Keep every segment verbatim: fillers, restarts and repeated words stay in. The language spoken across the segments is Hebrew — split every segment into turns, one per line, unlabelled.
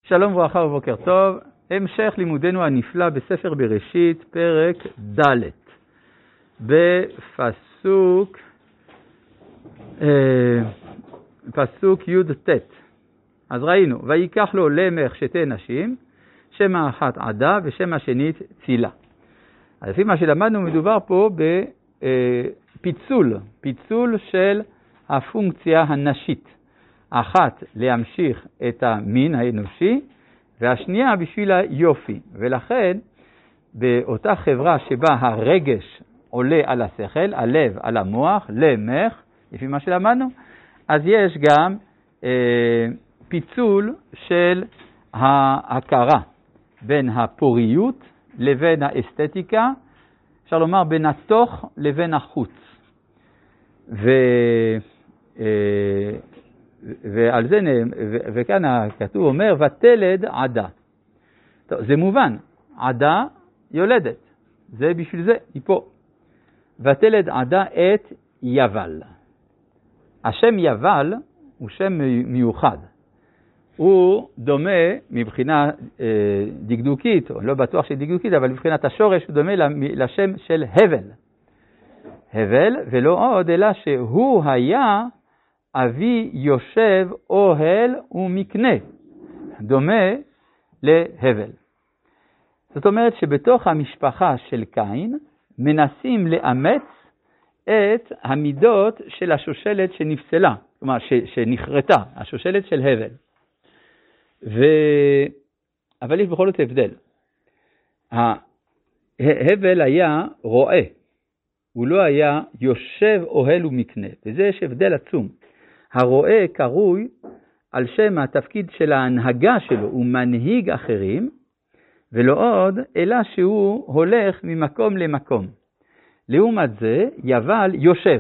שלום וברכה ובוקר טוב, המשך לימודנו הנפלא בספר בראשית, פרק ד' בפסוק, אה, פסוק י' ט'. אז ראינו, ויקח לו למך שתי נשים, שם האחת עדה ושם השנית צילה. אז לפי מה שלמדנו מדובר פה בפיצול, פיצול של הפונקציה הנשית. אחת להמשיך את המין האנושי, והשנייה בשביל היופי. ולכן, באותה חברה שבה הרגש עולה על השכל, הלב על המוח, למך, לפי מה שלמדנו, אז יש גם אה, פיצול של ההכרה בין הפוריות לבין האסתטיקה, אפשר לומר בין התוך לבין החוץ. ו... אה, ועל זה, וכאן הכתוב אומר, ותלד עדה. טוב, זה מובן, עדה יולדת, זה בשביל זה, היא פה. ותלד עדה את יבל. השם יבל הוא שם מיוחד. הוא דומה מבחינה אה, דקדוקית, או לא בטוח שדקדוקית, אבל מבחינת השורש הוא דומה לשם של הבל. הבל, ולא עוד, אלא שהוא היה אבי יושב אוהל ומקנה, דומה להבל. זאת אומרת שבתוך המשפחה של קין מנסים לאמץ את המידות של השושלת שנפסלה, כלומר ש, שנחרטה, השושלת של הבל. ו... אבל יש בכל זאת הבדל. הבל היה רואה, הוא לא היה יושב אוהל ומקנה, וזה יש הבדל עצום. הרואה קרוי על שם התפקיד של ההנהגה שלו, הוא מנהיג אחרים, ולא עוד, אלא שהוא הולך ממקום למקום. לעומת זה, יבל יושב,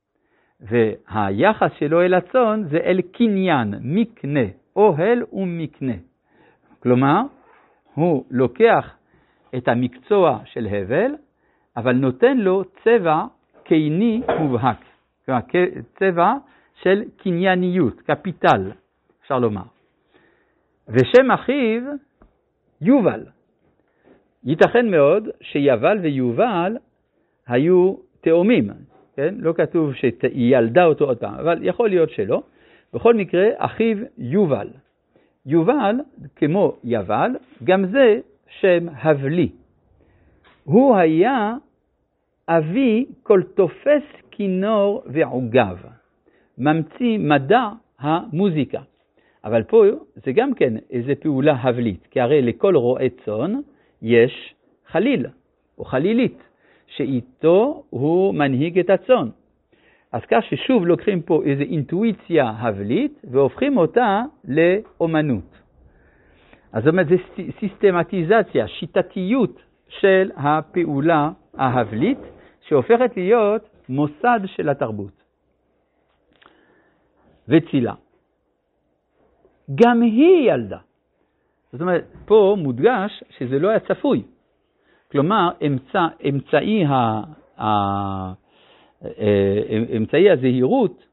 והיחס שלו אל הצאן זה אל קניין, מקנה, אוהל ומקנה. כלומר, הוא לוקח את המקצוע של הבל, אבל נותן לו צבע קיני מובהק, כלומר, צבע של קנייניות, קפיטל, אפשר לומר. ושם אחיו, יובל. ייתכן מאוד שיבל ויובל היו תאומים, כן? לא כתוב שהיא ילדה אותו עוד פעם, אבל יכול להיות שלא. בכל מקרה, אחיו יובל. יובל, כמו יבל, גם זה שם הבלי. הוא היה אבי כל תופס כינור ועוגב. ממציא מדע המוזיקה. אבל פה זה גם כן איזו פעולה הבלית, כי הרי לכל רועה צאן יש חליל, או חלילית, שאיתו הוא מנהיג את הצאן. אז כך ששוב לוקחים פה איזו אינטואיציה הבלית, והופכים אותה לאומנות. אז זאת אומרת, זה סיסטמטיזציה, שיטתיות של הפעולה ההבלית, שהופכת להיות מוסד של התרבות. וצילה. גם היא ילדה. זאת אומרת, פה מודגש שזה לא היה צפוי. כלומר, אמצע, אמצעי, ה, ה, אמצעי הזהירות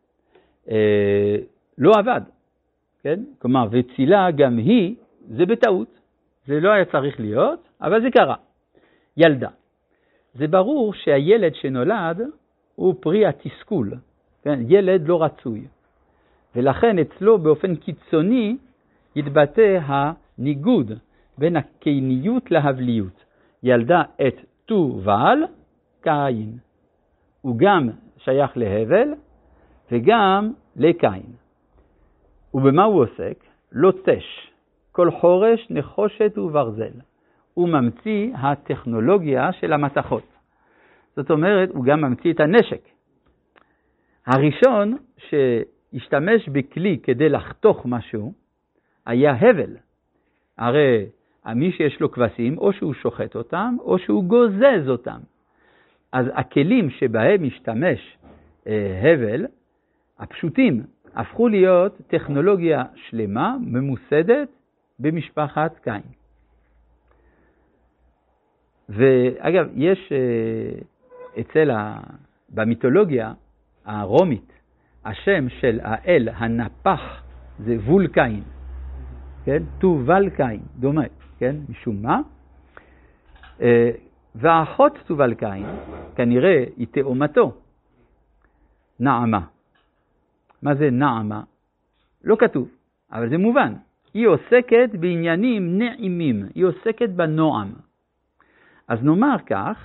לא עבד. כן? כלומר, וצילה גם היא, זה בטעות. זה לא היה צריך להיות, אבל זה קרה. ילדה. זה ברור שהילד שנולד הוא פרי התסכול. כן? ילד לא רצוי. ולכן אצלו באופן קיצוני יתבטא הניגוד בין הקיניות להבליות. ילדה את תובל, קין. הוא גם שייך להבל וגם לקין. ובמה הוא עוסק? לוטש, כל חורש, נחושת וברזל. הוא ממציא הטכנולוגיה של המתכות. זאת אומרת, הוא גם ממציא את הנשק. הראשון ש... השתמש בכלי כדי לחתוך משהו, היה הבל. הרי מי שיש לו כבשים, או שהוא שוחט אותם, או שהוא גוזז אותם. אז הכלים שבהם השתמש אה, הבל, הפשוטים, הפכו להיות טכנולוגיה שלמה, ממוסדת, במשפחת קין. ואגב, יש אה, אצל ה... במיתולוגיה הרומית, השם של האל הנפח זה וולקאין. כן? תובל קין, דומה, כן? משום מה. והאחות תובל קין, כנראה היא תאומתו, נעמה. מה זה נעמה? לא כתוב, אבל זה מובן. היא עוסקת בעניינים נעימים, היא עוסקת בנועם. אז נאמר כך,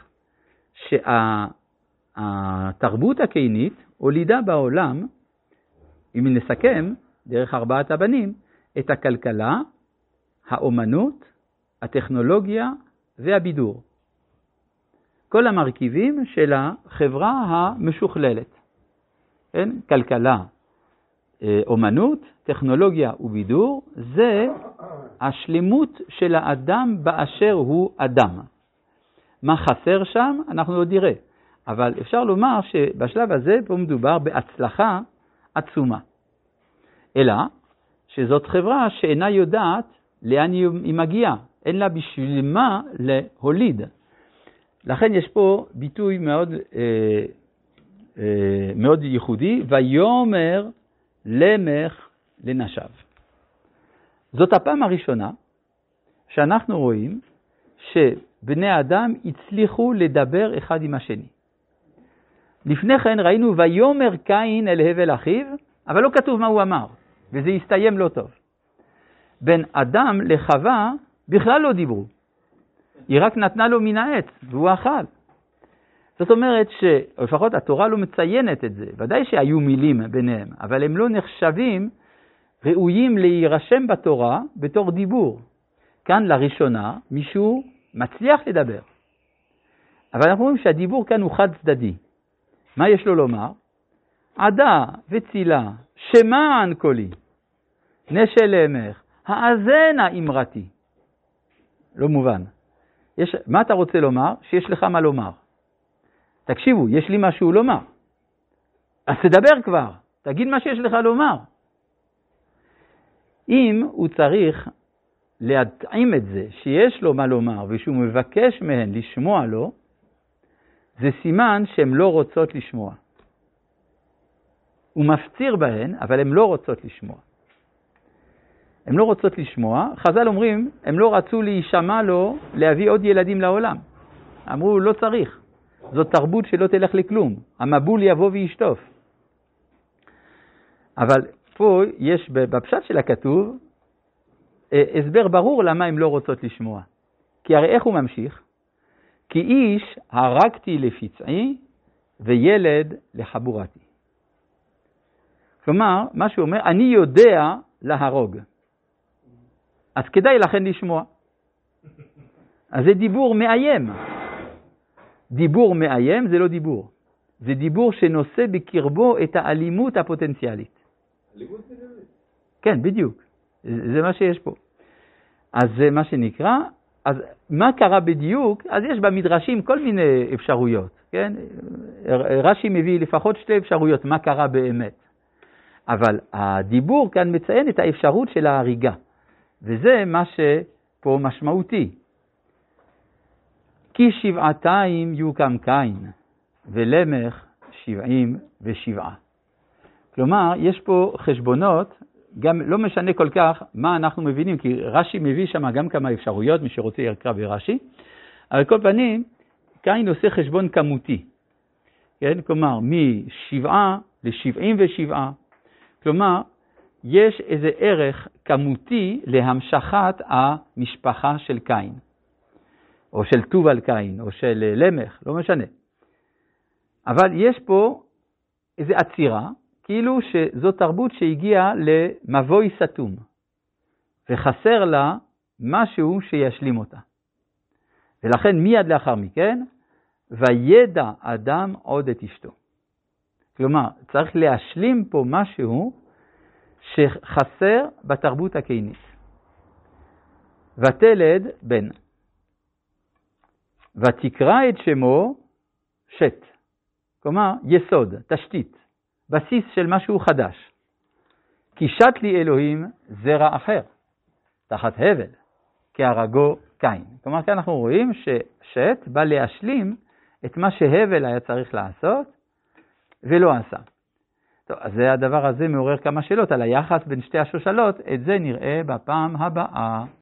שהתרבות הקינית הולידה בעולם, אם נסכם, דרך ארבעת הבנים, את הכלכלה, האומנות, הטכנולוגיה והבידור. כל המרכיבים של החברה המשוכללת. כן? כלכלה, אומנות, טכנולוגיה ובידור, זה השלמות של האדם באשר הוא אדם. מה חסר שם? אנחנו עוד נראה. אבל אפשר לומר שבשלב הזה פה מדובר בהצלחה עצומה. אלא שזאת חברה שאינה יודעת לאן היא מגיעה. אין לה בשביל מה להוליד. לכן יש פה ביטוי מאוד, אה, אה, מאוד ייחודי, ויאמר למך לנשיו. זאת הפעם הראשונה שאנחנו רואים שבני האדם הצליחו לדבר אחד עם השני. לפני כן ראינו ויאמר קין אל הבל אחיו, אבל לא כתוב מה הוא אמר, וזה הסתיים לא טוב. בין אדם לחווה בכלל לא דיברו. היא רק נתנה לו מן העץ, והוא אכל. זאת אומרת שלפחות התורה לא מציינת את זה. ודאי שהיו מילים ביניהם, אבל הם לא נחשבים ראויים להירשם בתורה בתור דיבור. כאן לראשונה מישהו מצליח לדבר. אבל אנחנו רואים שהדיבור כאן הוא חד צדדי. מה יש לו לומר? עדה וצילה, שמען קולי, נשל אמך, האזנה אמרתי. לא מובן. יש, מה אתה רוצה לומר? שיש לך מה לומר. תקשיבו, יש לי משהו לומר. אז תדבר כבר, תגיד מה שיש לך לומר. אם הוא צריך להתאים את זה, שיש לו מה לומר, ושהוא מבקש מהן לשמוע לו, זה סימן שהן לא רוצות לשמוע. הוא מפציר בהן, אבל הן לא רוצות לשמוע. הן לא רוצות לשמוע. חז"ל אומרים, הם לא רצו להישמע לו להביא עוד ילדים לעולם. אמרו, לא צריך. זאת תרבות שלא תלך לכלום. המבול יבוא וישטוף. אבל פה יש בפשט של הכתוב, הסבר ברור למה הן לא רוצות לשמוע. כי הרי איך הוא ממשיך? כי איש הרגתי לפצעי וילד לחבורתי. כלומר, מה שהוא אומר, אני יודע להרוג. אז כדאי לכן לשמוע. אז זה דיבור מאיים. דיבור מאיים זה לא דיבור. זה דיבור שנושא בקרבו את האלימות הפוטנציאלית.
אלימות מילולית.
כן, בדיוק. זה מה שיש פה. אז זה מה שנקרא, אז מה קרה בדיוק? אז יש במדרשים כל מיני אפשרויות, כן? רש"י מביא לפחות שתי אפשרויות, מה קרה באמת. אבל הדיבור כאן מציין את האפשרות של ההריגה. וזה מה שפה משמעותי. כי שבעתיים יוקם קין, ולמך שבעים ושבעה. כלומר, יש פה חשבונות, גם לא משנה כל כך מה אנחנו מבינים, כי רש"י מביא שם גם כמה אפשרויות, מי שרוצה יקרא ברש"י, אבל כל פנים, קין עושה חשבון כמותי. כן? כלומר, משבעה לשבעים ושבעה. כלומר, יש איזה ערך כמותי להמשכת המשפחה של קין, או של תובל קין, או של למך, לא משנה. אבל יש פה איזה עצירה, כאילו שזו תרבות שהגיעה למבוי סתום, וחסר לה משהו שישלים אותה. ולכן מיד לאחר מכן, וידע אדם עוד את אשתו. כלומר, צריך להשלים פה משהו שחסר בתרבות הקינית. ותלד בן. ותקרא את שמו שת. כלומר, יסוד, תשתית, בסיס של משהו חדש. כי שת לי אלוהים זרע אחר, תחת הבל, כהרגו קין. כלומר, כאן אנחנו רואים ששת בא להשלים את מה שהבל היה צריך לעשות, ולא עשה. טוב, אז הדבר הזה מעורר כמה שאלות על היחס בין שתי השושלות, את זה נראה בפעם הבאה.